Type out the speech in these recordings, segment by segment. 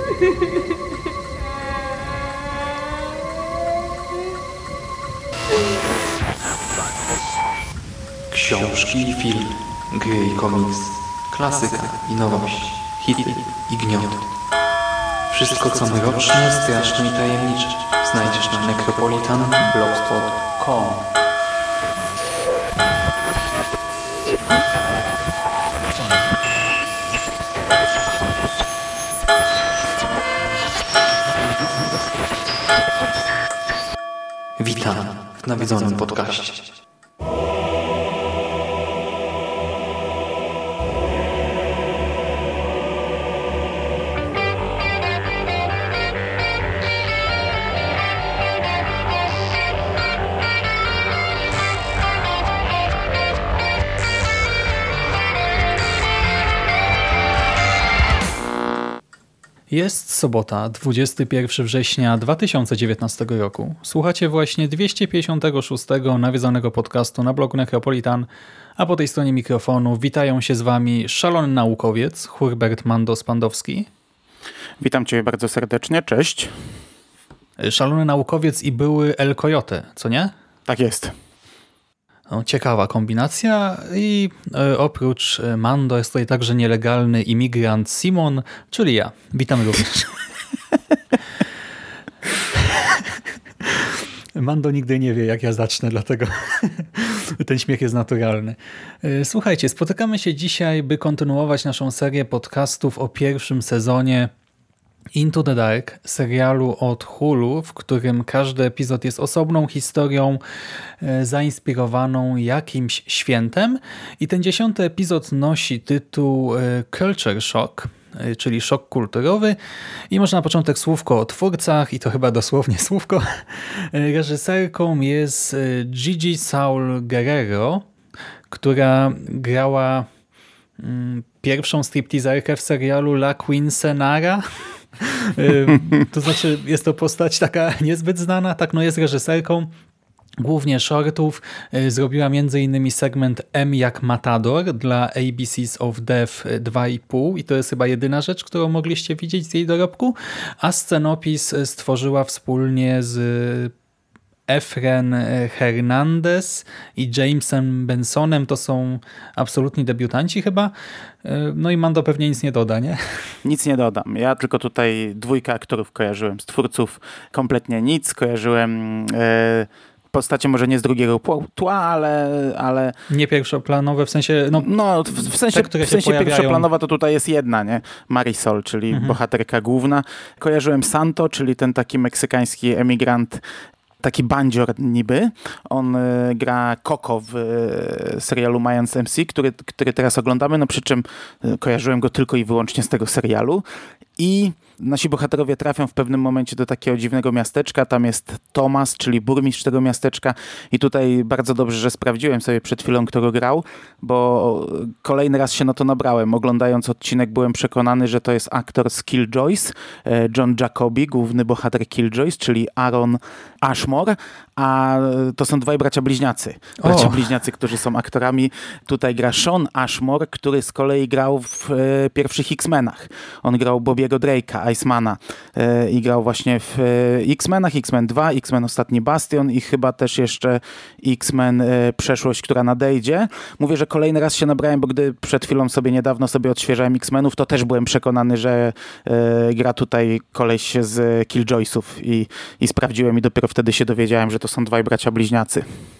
Książki i film, gry i komiks, klasyka i nowość, hity i gniot. Wszystko co mroczne, straszne i tajemnicze znajdziesz na necropolitanblogspot.com. Witam w nawiedzonym podcaście. Jest sobota, 21 września 2019 roku. Słuchacie właśnie 256 nawiedzonego podcastu na blogu Necropolitan, a po tej stronie mikrofonu witają się z wami szalony naukowiec Hurbert Mando-Spandowski. Witam cię bardzo serdecznie, cześć. Szalony naukowiec i były El Coyote, co nie? Tak jest. No, ciekawa kombinacja i oprócz Mando jest tutaj także nielegalny imigrant Simon, czyli ja. Witamy również. Mando nigdy nie wie, jak ja zacznę, dlatego ten śmiech jest naturalny. Słuchajcie, spotykamy się dzisiaj, by kontynuować naszą serię podcastów o pierwszym sezonie Into the Dark, serialu od Hulu, w którym każdy epizod jest osobną historią zainspirowaną jakimś świętem. I ten 10. epizod nosi tytuł Culture Shock, czyli szok kulturowy. I może na początek słówko o twórcach, i to chyba dosłownie słówko. Reżyserką jest Gigi Saul Guerrero, która grała pierwszą stripteaserkę w serialu La Quincenara. To znaczy jest to postać taka niezbyt znana, tak, no jest reżyserką głównie shortów, zrobiła m.in. segment M jak Matador dla ABCs of Death 2,5 i to jest chyba jedyna rzecz, którą mogliście widzieć z jej dorobku, a scenopis stworzyła wspólnie z Efren Hernandez i Jamesem Bensonem. To są absolutni debiutanci chyba. No i Mando pewnie nic nie doda, nie? Nic nie dodam. Ja tylko tutaj dwójkę aktorów kojarzyłem. Z twórców kompletnie nic. Kojarzyłem postacie może nie z drugiego tła, ale... Nie pierwszoplanowe, w sensie... w sensie pierwszoplanowa to tutaj jest jedna, nie? Marisol, czyli bohaterka główna. Kojarzyłem Santo, czyli ten taki meksykański emigrant, taki bandzior niby. On gra Coco w serialu Mayans MC, który teraz oglądamy, no przy czym kojarzyłem go tylko i wyłącznie z tego serialu. I nasi bohaterowie trafią w pewnym momencie do takiego dziwnego miasteczka. Tam jest Thomas, czyli burmistrz tego miasteczka. I tutaj bardzo dobrze, że sprawdziłem sobie przed chwilą, kto go grał, bo kolejny raz się na to nabrałem. Oglądając odcinek byłem przekonany, że to jest aktor z Killjoys, John Jacobi, główny bohater Killjoys, czyli Aaron Ashmore, a to są dwaj bracia bliźniacy. Bracia bliźniacy, którzy są aktorami. Tutaj gra Sean Ashmore, który z kolei grał w pierwszych X-Menach. On grał Bobiego Drake'a, Icemana i grał właśnie w X-Menach, X-Men 2, X-Men Ostatni Bastion i chyba też jeszcze X-Men Przeszłość, która nadejdzie. Mówię, że kolejny raz się nabrałem, bo gdy przed chwilą niedawno sobie odświeżałem X-Menów, to też byłem przekonany, że gra tutaj koleś z Killjoysów i sprawdziłem i dopiero wtedy się dowiedziałem, że to są dwaj bracia bliźniacy.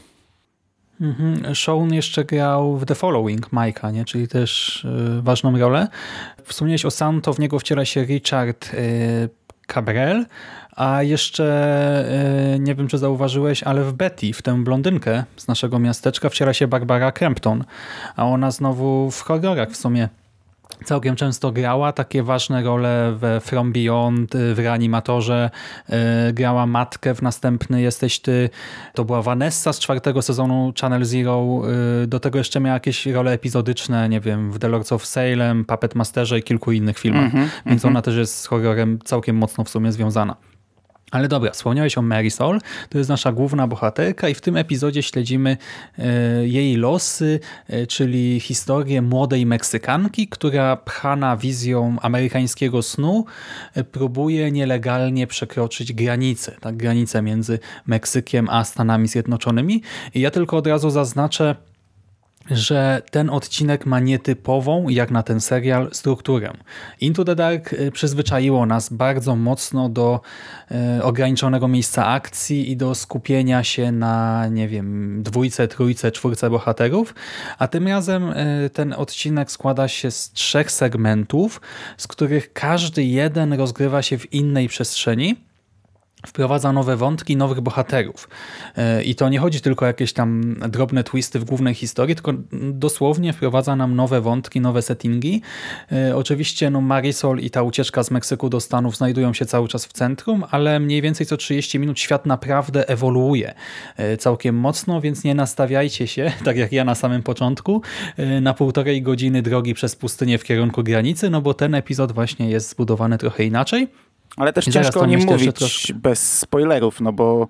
Sean jeszcze grał w The Following Mike'a, nie? Czyli też ważną rolę. Wspomniałeś o Santo, w niego wciela się Richard Cabrel, a jeszcze nie wiem, czy zauważyłeś, ale w Betty, w tę blondynkę z naszego miasteczka wciela się Barbara Crampton, a ona znowu w horrorach w sumie całkiem często grała takie ważne role we From Beyond, w Reanimatorze, grała matkę w Następny Jesteś Ty, to była Vanessa z 4. sezonu Channel Zero, do tego jeszcze miała jakieś role epizodyczne, nie wiem, w The Lords of Salem, Puppet Masterze i kilku innych filmach, więc ona też jest z horrorem całkiem mocno w sumie związana. Ale dobra, wspomniałeś o Marisol, to jest nasza główna bohaterka i w tym epizodzie śledzimy jej losy, czyli historię młodej Meksykanki, która pchana wizją amerykańskiego snu próbuje nielegalnie przekroczyć granicę, tak, granicę między Meksykiem a Stanami Zjednoczonymi. I ja tylko od razu zaznaczę, że ten odcinek ma nietypową, jak na ten serial, strukturę. Into the Dark przyzwyczaiło nas bardzo mocno do ograniczonego miejsca akcji i do skupienia się na, nie wiem, 2, 3, 4 bohaterów, a tym razem ten odcinek składa się z 3 segmentów, z których każdy jeden rozgrywa się w innej przestrzeni. Wprowadza nowe wątki, nowych bohaterów. I to nie chodzi tylko o jakieś tam drobne twisty w głównej historii, tylko dosłownie wprowadza nam nowe wątki, nowe settingi. Oczywiście Marisol i ta ucieczka z Meksyku do Stanów znajdują się cały czas w centrum, ale mniej więcej co 30 minut świat naprawdę ewoluuje całkiem mocno, więc nie nastawiajcie się, tak jak ja na samym początku, na 1,5 godziny drogi przez pustynię w kierunku granicy, no bo ten epizod właśnie jest zbudowany trochę inaczej. Ale też ciężko o nim mówić bez spoilerów, no bo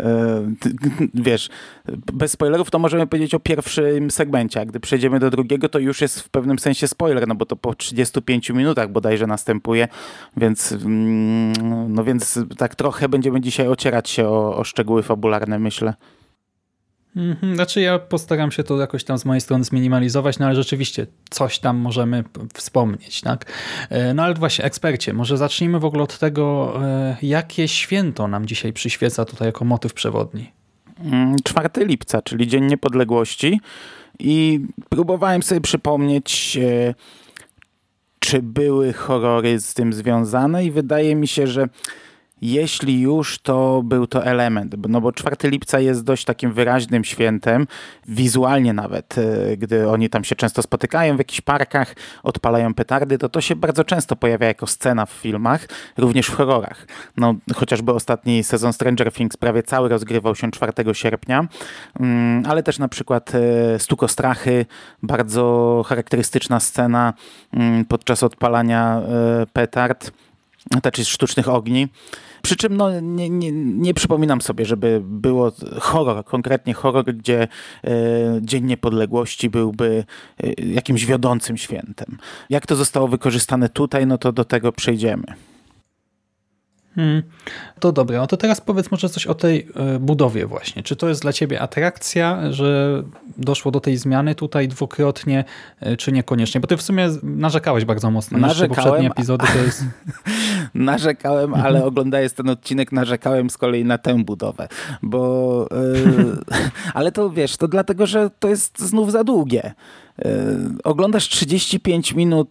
wiesz, bez spoilerów to możemy powiedzieć o pierwszym segmencie, a gdy przejdziemy do drugiego, to już jest w pewnym sensie spoiler, no bo to po 35 minutach bodajże następuje, więc więc tak trochę będziemy dzisiaj ocierać się o szczegóły fabularne, myślę. Znaczy ja postaram się to jakoś tam z mojej strony zminimalizować, no ale rzeczywiście coś tam możemy wspomnieć, tak? No ale właśnie, ekspercie, może zacznijmy w ogóle od tego, jakie święto nam dzisiaj przyświeca tutaj jako motyw przewodni. 4 lipca, czyli Dzień Niepodległości i próbowałem sobie przypomnieć, czy były horrory z tym związane i wydaje mi się, że jeśli już, to był to element, no bo 4 lipca jest dość takim wyraźnym świętem, wizualnie nawet, gdy oni tam się często spotykają w jakichś parkach, odpalają petardy, to się bardzo często pojawia jako scena w filmach, również w horrorach. No, chociażby ostatni sezon Stranger Things prawie cały rozgrywał się 4 sierpnia, ale też na przykład Stukostrachy, bardzo charakterystyczna scena podczas odpalania petard, znaczy sztucznych ogni. Przy czym nie przypominam sobie, żeby było horror, konkretnie horror, gdzie Dzień Niepodległości byłby jakimś wiodącym świętem. Jak to zostało wykorzystane tutaj, no to do tego przejdziemy. To dobra, no to teraz powiedz może coś o tej budowie właśnie. Czy to jest dla ciebie atrakcja, że doszło do tej zmiany tutaj dwukrotnie, czy niekoniecznie? Bo ty w sumie narzekałeś bardzo mocno. Narzekałem. Poprzednie epizody to jest... Narzekałem, ale oglądając ten odcinek narzekałem z kolei na tę budowę, bo ale to wiesz, to dlatego, że to jest znów za długie. Oglądasz 35 minut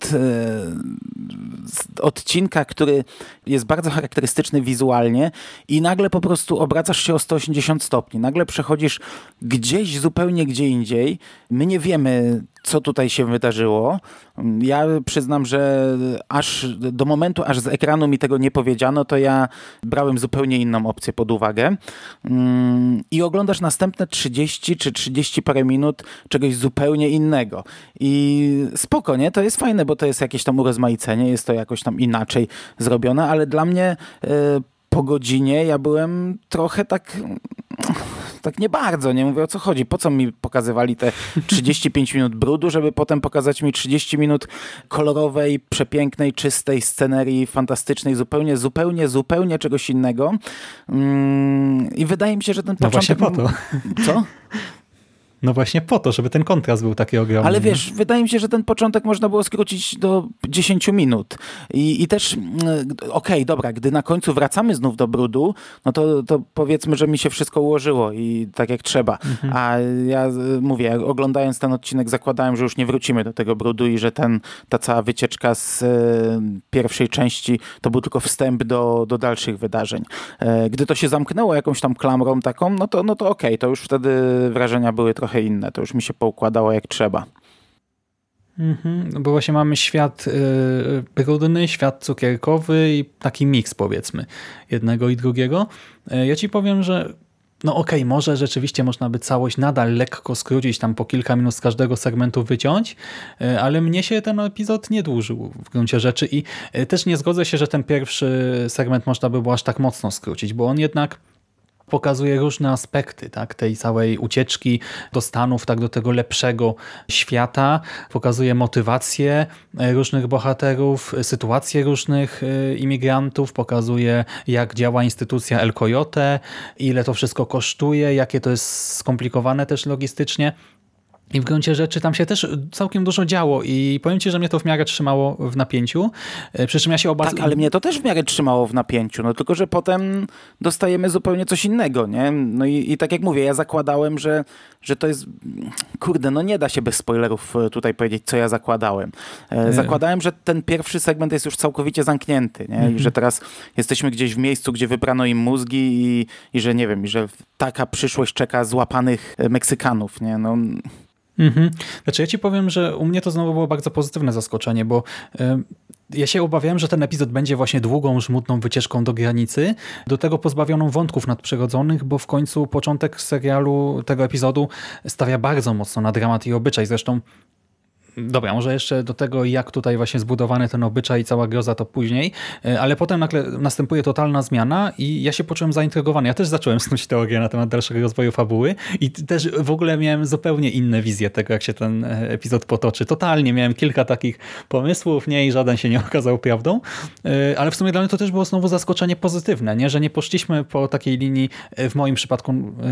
odcinka, który jest bardzo charakterystyczny wizualnie i nagle po prostu obracasz się o 180 stopni. Nagle przechodzisz gdzieś zupełnie gdzie indziej. My nie wiemy, co tutaj się wydarzyło. Ja przyznam, że aż do momentu, aż z ekranu mi tego nie powiedziano, to ja brałem zupełnie inną opcję pod uwagę. I oglądasz następne 30 czy 30 parę minut czegoś zupełnie innego. I spoko, nie? To jest fajne, bo to jest jakieś tam urozmaicenie, jest to jakoś tam inaczej zrobione, ale dla mnie po godzinie ja byłem trochę tak nie bardzo, nie mówię o co chodzi. Po co mi pokazywali te 35 minut brudu, żeby potem pokazać mi 30 minut kolorowej, przepięknej, czystej scenerii, fantastycznej, zupełnie czegoś innego. I wydaje mi się, że ten początek... No właśnie po to. Co? No właśnie po to, żeby ten kontrast był taki ogromny. Ale wiesz, wydaje mi się, że ten początek można było skrócić do 10 minut. I też, okej, dobra, gdy na końcu wracamy znów do brudu, no to powiedzmy, że mi się wszystko ułożyło i tak jak trzeba. A ja mówię, oglądając ten odcinek zakładałem, że już nie wrócimy do tego brudu i że ta cała wycieczka z pierwszej części to był tylko wstęp do dalszych wydarzeń. Gdy to się zamknęło jakąś tam klamrą taką, no to okej, to już wtedy wrażenia były trochę inne. To już mi się poukładało jak trzeba. Bo właśnie mamy świat brudny, świat cukierkowy i taki miks, powiedzmy, jednego i drugiego. Ja ci powiem, że no okej, może rzeczywiście można by całość nadal lekko skrócić, tam po kilka minut z każdego segmentu wyciąć, ale mnie się ten epizod nie dłużył w gruncie rzeczy i też nie zgodzę się, że ten pierwszy segment można by było aż tak mocno skrócić, bo on jednak pokazuje różne aspekty tej całej ucieczki do Stanów, do tego lepszego świata. Pokazuje motywację różnych bohaterów, sytuacje różnych imigrantów, pokazuje jak działa instytucja El Coyote, ile to wszystko kosztuje, jakie to jest skomplikowane też logistycznie. I w gruncie rzeczy tam się też całkiem dużo działo i powiem Ci, że mnie to w miarę trzymało w napięciu. Przy czym ja się Tak, ale mnie to też w miarę trzymało w napięciu, no tylko, że potem dostajemy zupełnie coś innego, nie? No i tak jak mówię, ja zakładałem, że to jest... Kurde, no nie da się bez spoilerów tutaj powiedzieć, co ja zakładałem. Zakładałem, że ten pierwszy segment jest już całkowicie zamknięty, nie? I że teraz jesteśmy gdzieś w miejscu, gdzie wybrano im mózgi i że nie wiem, i że taka przyszłość czeka złapanych Meksykanów, nie? No... Znaczy ja Ci powiem, że u mnie to znowu było bardzo pozytywne zaskoczenie, bo ja się obawiałem, że ten epizod będzie właśnie długą, żmudną wycieczką do granicy, do tego pozbawioną wątków nadprzyrodzonych, bo w końcu początek serialu, tego epizodu stawia bardzo mocno na dramat i obyczaj. Zresztą dobra, może jeszcze do tego, jak tutaj właśnie zbudowany ten obyczaj i cała groza, to później, ale potem nagle następuje totalna zmiana i ja się poczułem zaintrygowany. Ja też zacząłem snuć teorię na temat dalszego rozwoju fabuły i też w ogóle miałem zupełnie inne wizje tego, jak się ten epizod potoczy. Totalnie miałem kilka takich pomysłów, nie, i żaden się nie okazał prawdą, ale w sumie dla mnie to też było znowu zaskoczenie pozytywne, nie, że nie poszliśmy po takiej linii, w moim przypadku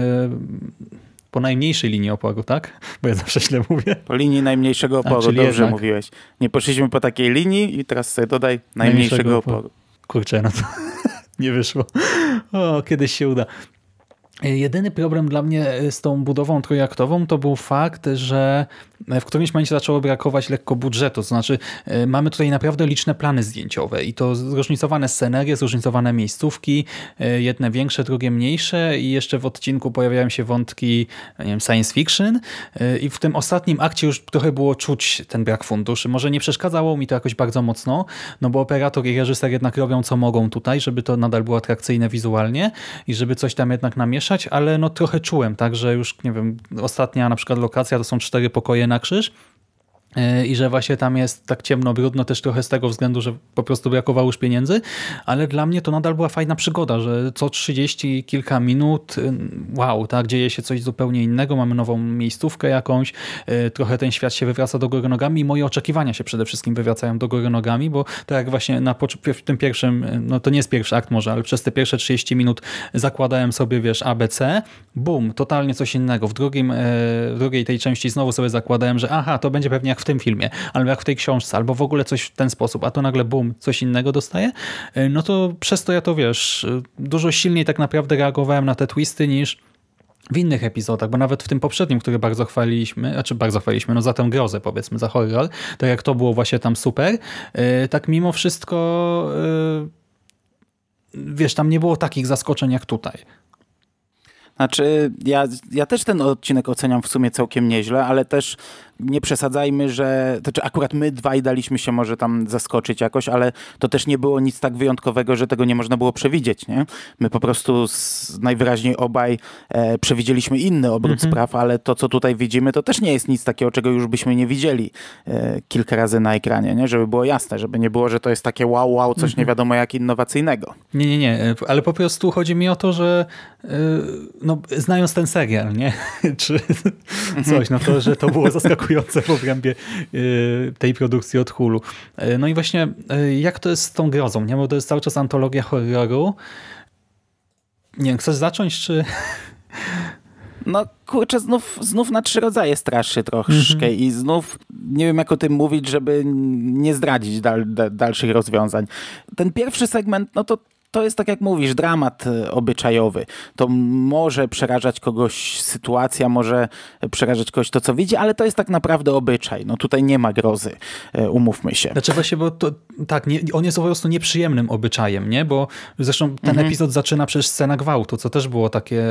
po najmniejszej linii oporu, tak? Bo ja zawsze źle mówię. Po linii najmniejszego oporu, dobrze jednak mówiłeś. Nie poszliśmy po takiej linii i teraz sobie dodaj najmniejszego oporu. Kurczę, no to nie wyszło. O, kiedyś się uda. Jedyny problem dla mnie z tą budową trójaktową to był fakt, że w którymś momencie zaczęło brakować lekko budżetu. To znaczy mamy tutaj naprawdę liczne plany zdjęciowe i to zróżnicowane scenerie, zróżnicowane miejscówki, jedne większe, drugie mniejsze i jeszcze w odcinku pojawiają się wątki, nie wiem, science fiction i w tym ostatnim akcie już trochę było czuć ten brak funduszy. Może nie przeszkadzało mi to jakoś bardzo mocno, no bo operator i reżyser jednak robią co mogą tutaj, żeby to nadal było atrakcyjne wizualnie i żeby coś tam jednak namieszać, ale no trochę czułem, tak, że już, nie wiem, ostatnia na przykład lokacja to są 4 pokoje na krzyż i że właśnie tam jest tak ciemno, brudno też trochę z tego względu, że po prostu brakowało już pieniędzy, ale dla mnie to nadal była fajna przygoda, że co 30 kilka minut, wow, tak, dzieje się coś zupełnie innego, mamy nową miejscówkę jakąś, trochę ten świat się wywraca do góry nogami i moje oczekiwania się przede wszystkim wywracają do góry nogami, bo tak jak właśnie w tym pierwszym, no to nie jest pierwszy akt może, ale przez te pierwsze 30 minut zakładałem sobie, wiesz, ABC, bum, totalnie coś innego. W drugiej tej części znowu sobie zakładałem, że aha, to będzie pewnie jak w tym filmie, albo jak w tej książce, albo w ogóle coś w ten sposób, a to nagle bum, coś innego dostaję, no to przez to ja to, wiesz, dużo silniej tak naprawdę reagowałem na te twisty niż w innych epizodach, bo nawet w tym poprzednim, który bardzo chwaliliśmy, no za tę grozę powiedzmy, za horror, tak jak to było właśnie tam super, tak mimo wszystko wiesz, tam nie było takich zaskoczeń jak tutaj. Znaczy, ja też ten odcinek oceniam w sumie całkiem nieźle, ale też nie przesadzajmy, że... To znaczy akurat my dwaj daliśmy się może tam zaskoczyć jakoś, ale to też nie było nic tak wyjątkowego, że tego nie można było przewidzieć, nie? My po prostu najwyraźniej obaj przewidzieliśmy inny obrót spraw, ale to, co tutaj widzimy, to też nie jest nic takiego, czego już byśmy nie widzieli kilka razy na ekranie, nie? Żeby było jasne, żeby nie było, że to jest takie wow, coś nie wiadomo jak innowacyjnego. Nie, ale po prostu chodzi mi o to, że no, znając ten serial, nie? Czy coś, no to, że to było zaskakujące w obrębie tej produkcji od Hulu. No i właśnie jak to jest z tą grozą, nie? Bo to jest cały czas antologia horroru. Nie wiem, chcesz zacząć, czy... No kurczę, znów na 3 rodzaje straszy troszkę i znów nie wiem jak o tym mówić, żeby nie zdradzić dalszych rozwiązań. Ten pierwszy segment, no to jest tak jak mówisz, dramat obyczajowy. To może przerażać kogoś sytuacja, może przerażać kogoś to, co widzi, ale to jest tak naprawdę obyczaj. No tutaj nie ma grozy, umówmy się. Znaczy właśnie, bo to tak, on jest po prostu nieprzyjemnym obyczajem, nie? Bo zresztą ten epizod zaczyna przecież scena gwałtu, co też było takie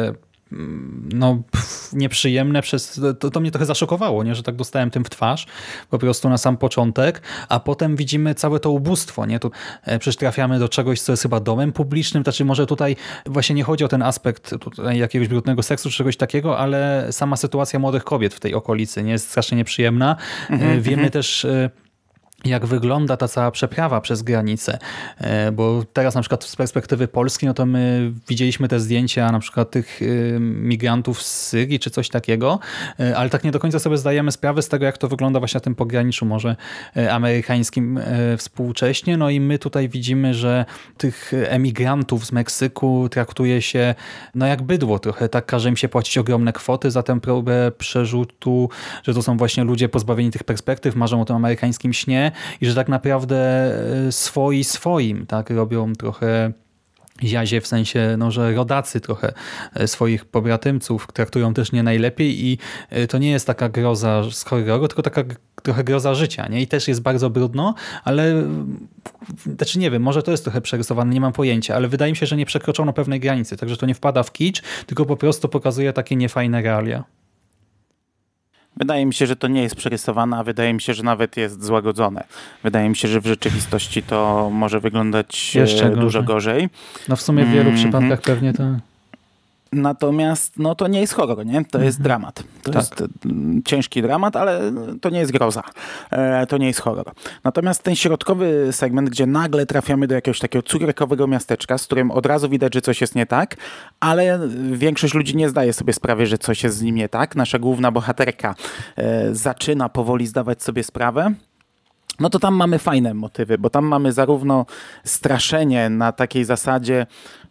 nieprzyjemne. To mnie trochę zaszokowało, nie? Że tak dostałem tym w twarz po prostu na sam początek, a potem widzimy całe to ubóstwo. Nie? Tu przecież trafiamy do czegoś, co jest chyba domem publicznym, znaczy może tutaj właśnie nie chodzi o ten aspekt tutaj jakiegoś brudnego seksu czy czegoś takiego, ale sama sytuacja młodych kobiet w tej okolicy nie jest strasznie nieprzyjemna. Wiemy też, jak wygląda ta cała przeprawa przez granicę, bo teraz na przykład z perspektywy Polski, no to my widzieliśmy te zdjęcia na przykład tych migrantów z Syrii czy coś takiego, ale tak nie do końca sobie zdajemy sprawę z tego, jak to wygląda właśnie na tym pograniczu może amerykańskim współcześnie. No i my tutaj widzimy, że tych emigrantów z Meksyku traktuje się jak bydło trochę, tak każe im się płacić ogromne kwoty za tę próbę przerzutu, że to są właśnie ludzie pozbawieni tych perspektyw, marzą o tym amerykańskim śnie, i że tak naprawdę swoim tak robią trochę jazie, w sensie, że rodacy trochę swoich pobratymców traktują też nie najlepiej i to nie jest taka groza z horroru, tylko taka trochę groza życia, nie? I też jest bardzo brudno, ale znaczy nie wiem, może to jest trochę przerysowane, nie mam pojęcia, ale wydaje mi się, że nie przekroczono pewnej granicy, także to nie wpada w kicz, tylko po prostu pokazuje takie niefajne realia. Wydaje mi się, że to nie jest przerysowane, a wydaje mi się, że nawet jest złagodzone. Wydaje mi się, że w rzeczywistości to może wyglądać jeszcze dużo gorzej. No w sumie w wielu przypadkach pewnie to... Natomiast to nie jest horror, nie? To jest dramat. To jest ciężki dramat, ale to nie jest groza. To nie jest horror. Natomiast ten środkowy segment, gdzie nagle trafiamy do jakiegoś takiego cukierkowego miasteczka, z którym od razu widać, że coś jest nie tak, ale większość ludzi nie zdaje sobie sprawy, że coś jest z nim nie tak. Nasza główna bohaterka zaczyna powoli zdawać sobie sprawę. No to tam mamy fajne motywy, bo tam mamy zarówno straszenie na takiej zasadzie,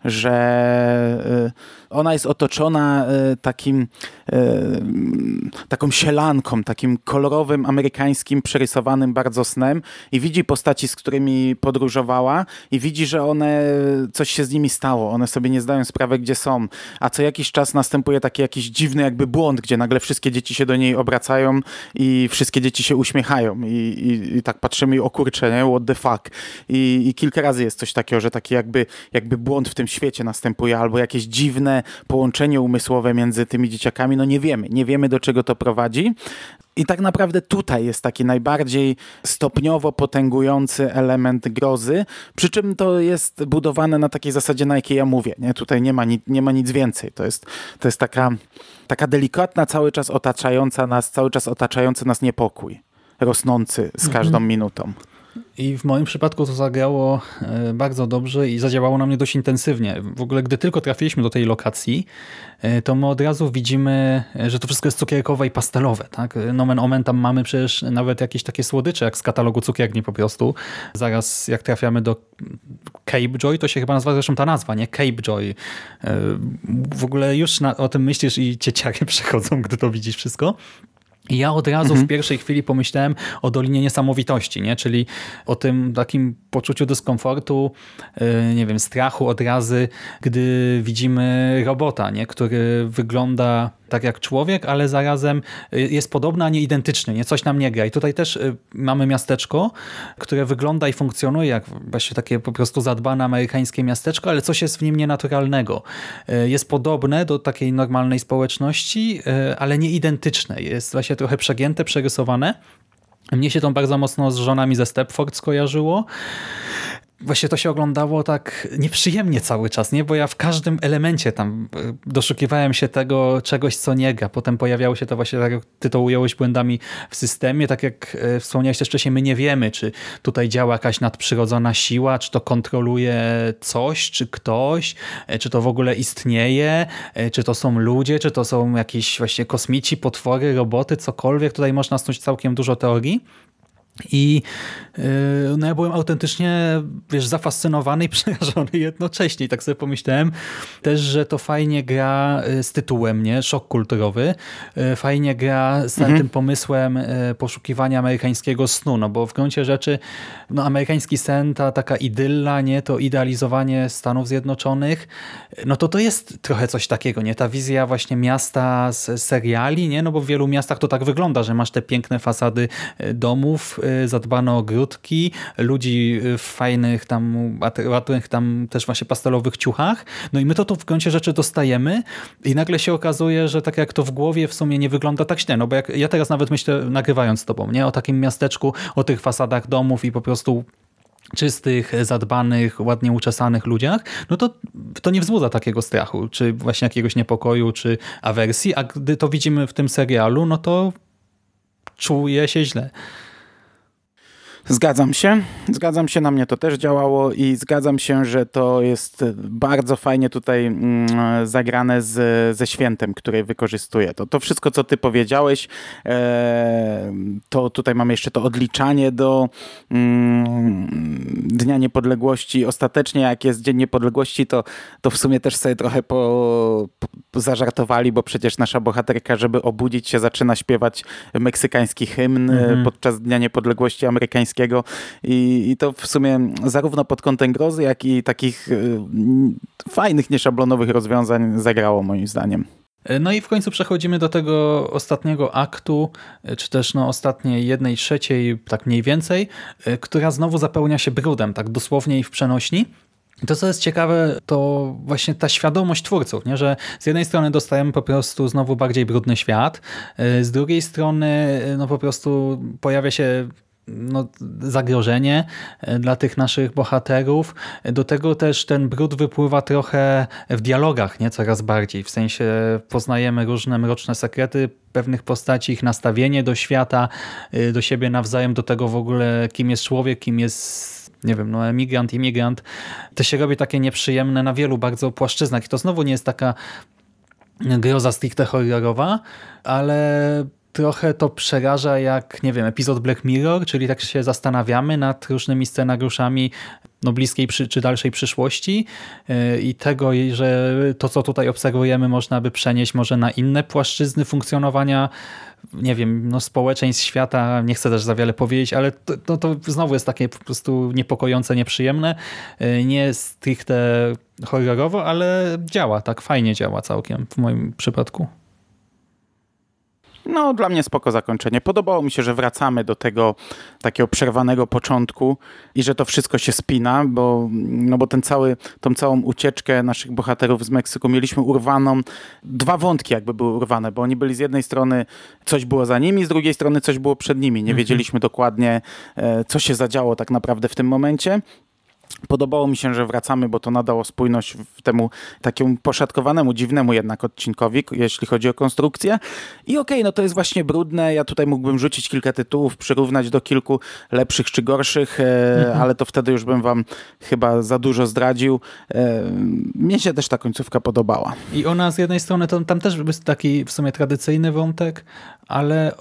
że ona jest otoczona taką sielanką, takim kolorowym, amerykańskim, przerysowanym bardzo snem i widzi postaci, z którymi podróżowała i widzi, że coś się z nimi stało. One sobie nie zdają sprawy, gdzie są. A co jakiś czas następuje taki jakiś dziwny jakby błąd, gdzie nagle wszystkie dzieci się do niej obracają i wszystkie dzieci się uśmiechają i tak patrzymy i o kurczę, nie? What the fuck? I kilka razy jest coś takiego, że taki jakby błąd w tym świecie następuje albo jakieś dziwne połączenie umysłowe między tymi dzieciakami. No nie wiemy do czego to prowadzi. I tak naprawdę tutaj jest taki najbardziej stopniowo potęgujący element grozy, przy czym to jest budowane na takiej zasadzie, na jakiej ja mówię. Nie? Tutaj nie ma nic więcej. To jest taka delikatna, cały czas otaczający nas niepokój, rosnący z każdą minutą. I w moim przypadku to zagrało bardzo dobrze i zadziałało na mnie dość intensywnie. W ogóle gdy tylko trafiliśmy do tej lokacji, to my od razu widzimy, że to wszystko jest cukierkowe i pastelowe. Tak? Nomen omen, tam mamy przecież nawet jakieś takie słodycze, jak z katalogu cukierni po prostu. Zaraz jak trafiamy do Cape Joy, to się chyba nazywa zresztą ta nazwa, nie? Cape Joy. W ogóle już o tym myślisz i cieciary przechodzą, gdy to widzisz wszystko. I ja od razu w pierwszej chwili pomyślałem o Dolinie Niesamowitości, nie? Czyli o tym takim poczuciu dyskomfortu, nie wiem, strachu, odrazy, gdy widzimy robota, nie? Który wygląda tak jak człowiek, ale zarazem jest podobny, a nie identyczny, nie? Coś nam nie gra. I tutaj też mamy miasteczko, które wygląda i funkcjonuje jak właśnie takie po prostu zadbane amerykańskie miasteczko, ale coś jest w nim nienaturalnego. Jest podobne do takiej normalnej społeczności, ale nie identyczne. Jest właśnie trochę przegięte, przerysowane. Mnie się to bardzo mocno z żonami ze Stepford skojarzyło. Właśnie to się oglądało tak nieprzyjemnie cały czas, nie? Bo ja w każdym elemencie tam doszukiwałem się tego czegoś, co nie gra. Potem pojawiało się to właśnie, tak jak ty to ująłeś, błędami w systemie. Tak jak wspomniałeś też wcześniej, my nie wiemy, czy tutaj działa jakaś nadprzyrodzona siła, czy to kontroluje coś, czy ktoś, czy to w ogóle istnieje, czy to są ludzie, czy to są jakieś właśnie kosmici, potwory, roboty, cokolwiek. Tutaj można snuć całkiem dużo teorii. I ja byłem autentycznie, zafascynowany i przerażony jednocześnie. I tak sobie pomyślałem też, że to fajnie gra z tytułem, nie? Szok kulturowy. Fajnie gra z tym pomysłem poszukiwania amerykańskiego snu, no bo w gruncie rzeczy amerykański sen, ta taka idylla, nie? To idealizowanie Stanów Zjednoczonych, no to jest trochę coś takiego, nie? Ta wizja właśnie miasta z seriali, nie? No bo w wielu miastach to tak wygląda, że masz te piękne fasady domów, zadbane ogródki, ludzi w fajnych tam, ładnych tam też właśnie pastelowych ciuchach. No i my to tu w gruncie rzeczy dostajemy i nagle się okazuje, że tak jak to w głowie w sumie nie wygląda tak źle. No bo jak ja teraz nawet myślę, nagrywając z tobą, nie? O takim miasteczku, o tych fasadach domów i po prostu czystych, zadbanych, ładnie uczesanych ludziach, no to nie wzbudza takiego strachu, czy właśnie jakiegoś niepokoju, czy awersji, a gdy to widzimy w tym serialu, no to czuje się źle. Zgadzam się, na mnie to też działało i zgadzam się, że to jest bardzo fajnie tutaj zagrane ze świętem, które wykorzystuje. To wszystko, co ty powiedziałeś, to tutaj mamy jeszcze to odliczanie do Dnia Niepodległości. Ostatecznie jak jest Dzień Niepodległości, to w sumie też sobie trochę zażartowali, bo przecież nasza bohaterka, żeby obudzić się, zaczyna śpiewać meksykański hymn podczas Dnia Niepodległości amerykańskiego i to w sumie zarówno pod kątem grozy, jak i takich fajnych, nieszablonowych rozwiązań zagrało moim zdaniem. No i w końcu przechodzimy do tego ostatniego aktu, czy też ostatniej 1/3, tak mniej więcej, która znowu zapełnia się brudem, tak dosłownie i w przenośni. To, co jest ciekawe, to właśnie ta świadomość twórców, nie? Że z jednej strony dostajemy po prostu znowu bardziej brudny świat, z drugiej strony po prostu pojawia się zagrożenie dla tych naszych bohaterów. Do tego też ten brud wypływa trochę w dialogach, nie? Coraz bardziej. W sensie poznajemy różne mroczne sekrety pewnych postaci, ich nastawienie do świata, do siebie nawzajem, do tego w ogóle, kim jest człowiek, kim jest emigrant, imigrant. To się robi takie nieprzyjemne na wielu bardzo płaszczyznach. I to znowu nie jest taka groza stricte horrorowa, ale trochę to przeraża jak, epizod Black Mirror, czyli tak się zastanawiamy nad różnymi scenariuszami bliskiej czy dalszej przyszłości i tego, że to, co tutaj obserwujemy, można by przenieść może na inne płaszczyzny funkcjonowania, społeczeństw świata. Nie chcę też za wiele powiedzieć, ale to znowu jest takie po prostu niepokojące, nieprzyjemne. Nie stricte horrorowo, ale działa, tak fajnie działa całkiem w moim przypadku. No, dla mnie spoko zakończenie. Podobało mi się, że wracamy do tego takiego przerwanego początku i że to wszystko się spina, bo tą całą ucieczkę naszych bohaterów z Meksyku mieliśmy urwaną. 2 wątki jakby były urwane, bo oni byli z jednej strony, coś było za nimi, z drugiej strony coś było przed nimi. Nie wiedzieliśmy dokładnie, co się zadziało tak naprawdę w tym momencie. Podobało mi się, że wracamy, bo to nadało spójność temu takiemu poszatkowanemu, dziwnemu jednak odcinkowi, jeśli chodzi o konstrukcję. I to jest właśnie brudne. Ja tutaj mógłbym rzucić kilka tytułów, przyrównać do kilku lepszych czy gorszych, ale to wtedy już bym wam chyba za dużo zdradził. Mnie się też ta końcówka podobała. I ona z jednej strony, tam też jest taki w sumie tradycyjny wątek, ale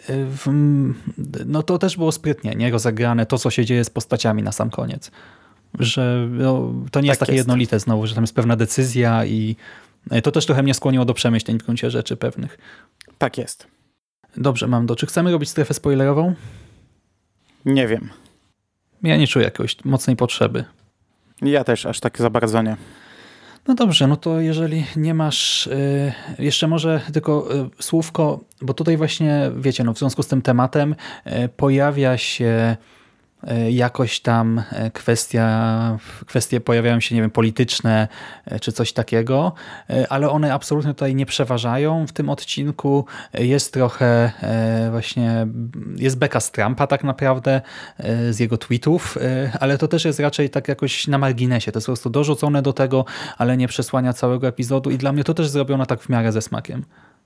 to też było sprytnie, nie? Rozegrane to, co się dzieje z postaciami na sam koniec. Że to nie jest takie jednolite znowu, że tam jest pewna decyzja i to też trochę mnie skłoniło do przemyśleń w gruncie rzeczy pewnych. Tak jest. Dobrze, Mando, czy chcemy robić strefę spoilerową? Nie wiem. Ja nie czuję jakiejś mocnej potrzeby. Ja też aż tak za bardzo nie. No dobrze, to jeżeli nie masz jeszcze może tylko słówko, bo tutaj właśnie, wiecie, w związku z tym tematem pojawia się jakoś tam kwestie pojawiają się, polityczne czy coś takiego, ale one absolutnie tutaj nie przeważają w tym odcinku. Jest trochę jest beka z Trumpa tak naprawdę, z jego tweetów, ale to też jest raczej tak jakoś na marginesie. To jest po prostu dorzucone do tego, ale nie przesłania całego epizodu i dla mnie to też zrobione tak w miarę ze smakiem.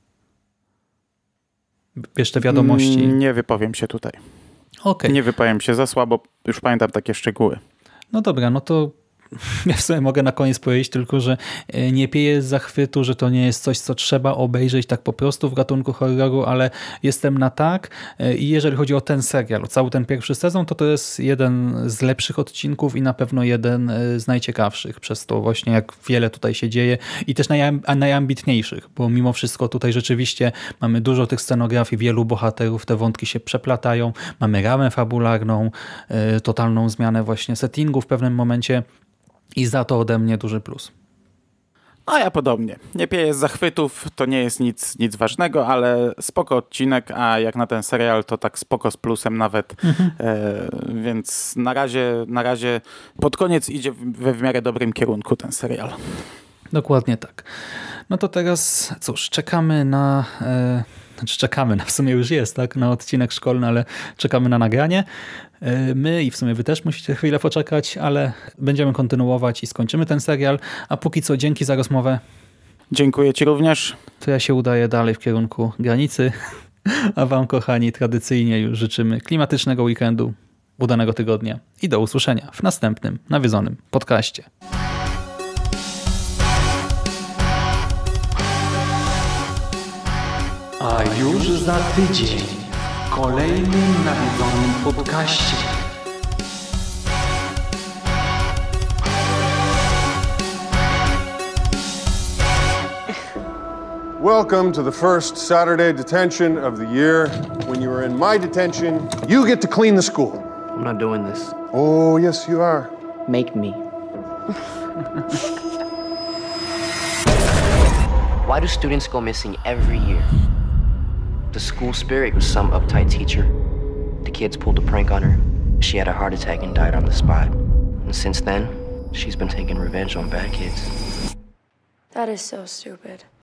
Wiesz, te wiadomości. Nie wypowiem się tutaj. Okay. Nie wypowiem się za słabo, już pamiętam takie szczegóły. No dobra, to ja w sumie mogę na koniec powiedzieć tylko, że nie pieję z zachwytu, że to nie jest coś, co trzeba obejrzeć tak po prostu w gatunku horroru, ale jestem na tak. I jeżeli chodzi o ten serial, cały ten pierwszy sezon, to jest jeden z lepszych odcinków i na pewno jeden z najciekawszych przez to właśnie, jak wiele tutaj się dzieje i też najambitniejszych, bo mimo wszystko tutaj rzeczywiście mamy dużo tych scenografii, wielu bohaterów, te wątki się przeplatają, mamy ramę fabularną, totalną zmianę właśnie settingu w pewnym momencie. I za to ode mnie duży plus. A ja podobnie. Nie pieję z zachwytów, to nie jest nic ważnego, ale spoko odcinek, a jak na ten serial to tak spoko z plusem nawet. Więc na razie pod koniec idzie we w miarę dobrym kierunku ten serial. Dokładnie tak. No to teraz cóż, czekamy na... w sumie już jest, tak, na odcinek szkolny, ale czekamy na nagranie. My i w sumie wy też musicie chwilę poczekać, ale będziemy kontynuować i skończymy ten serial. A póki co dzięki za rozmowę. Dziękuję ci również. To ja się udaję dalej w kierunku granicy, a wam, kochani, tradycyjnie już życzymy klimatycznego weekendu, udanego tygodnia i do usłyszenia w następnym nawiedzonym podcaście. A już za tydzień w kolejnym nawiedzonym podcaście. Welcome to the first Saturday detention of the year. When you were in my detention, you get to clean the school. I'm not doing this. Oh, yes, you are. Make me. Why do students go missing every year? The school spirit was some uptight teacher. The kids pulled a prank on her. She had a heart attack and died on the spot. And since then, she's been taking revenge on bad kids. That is so stupid.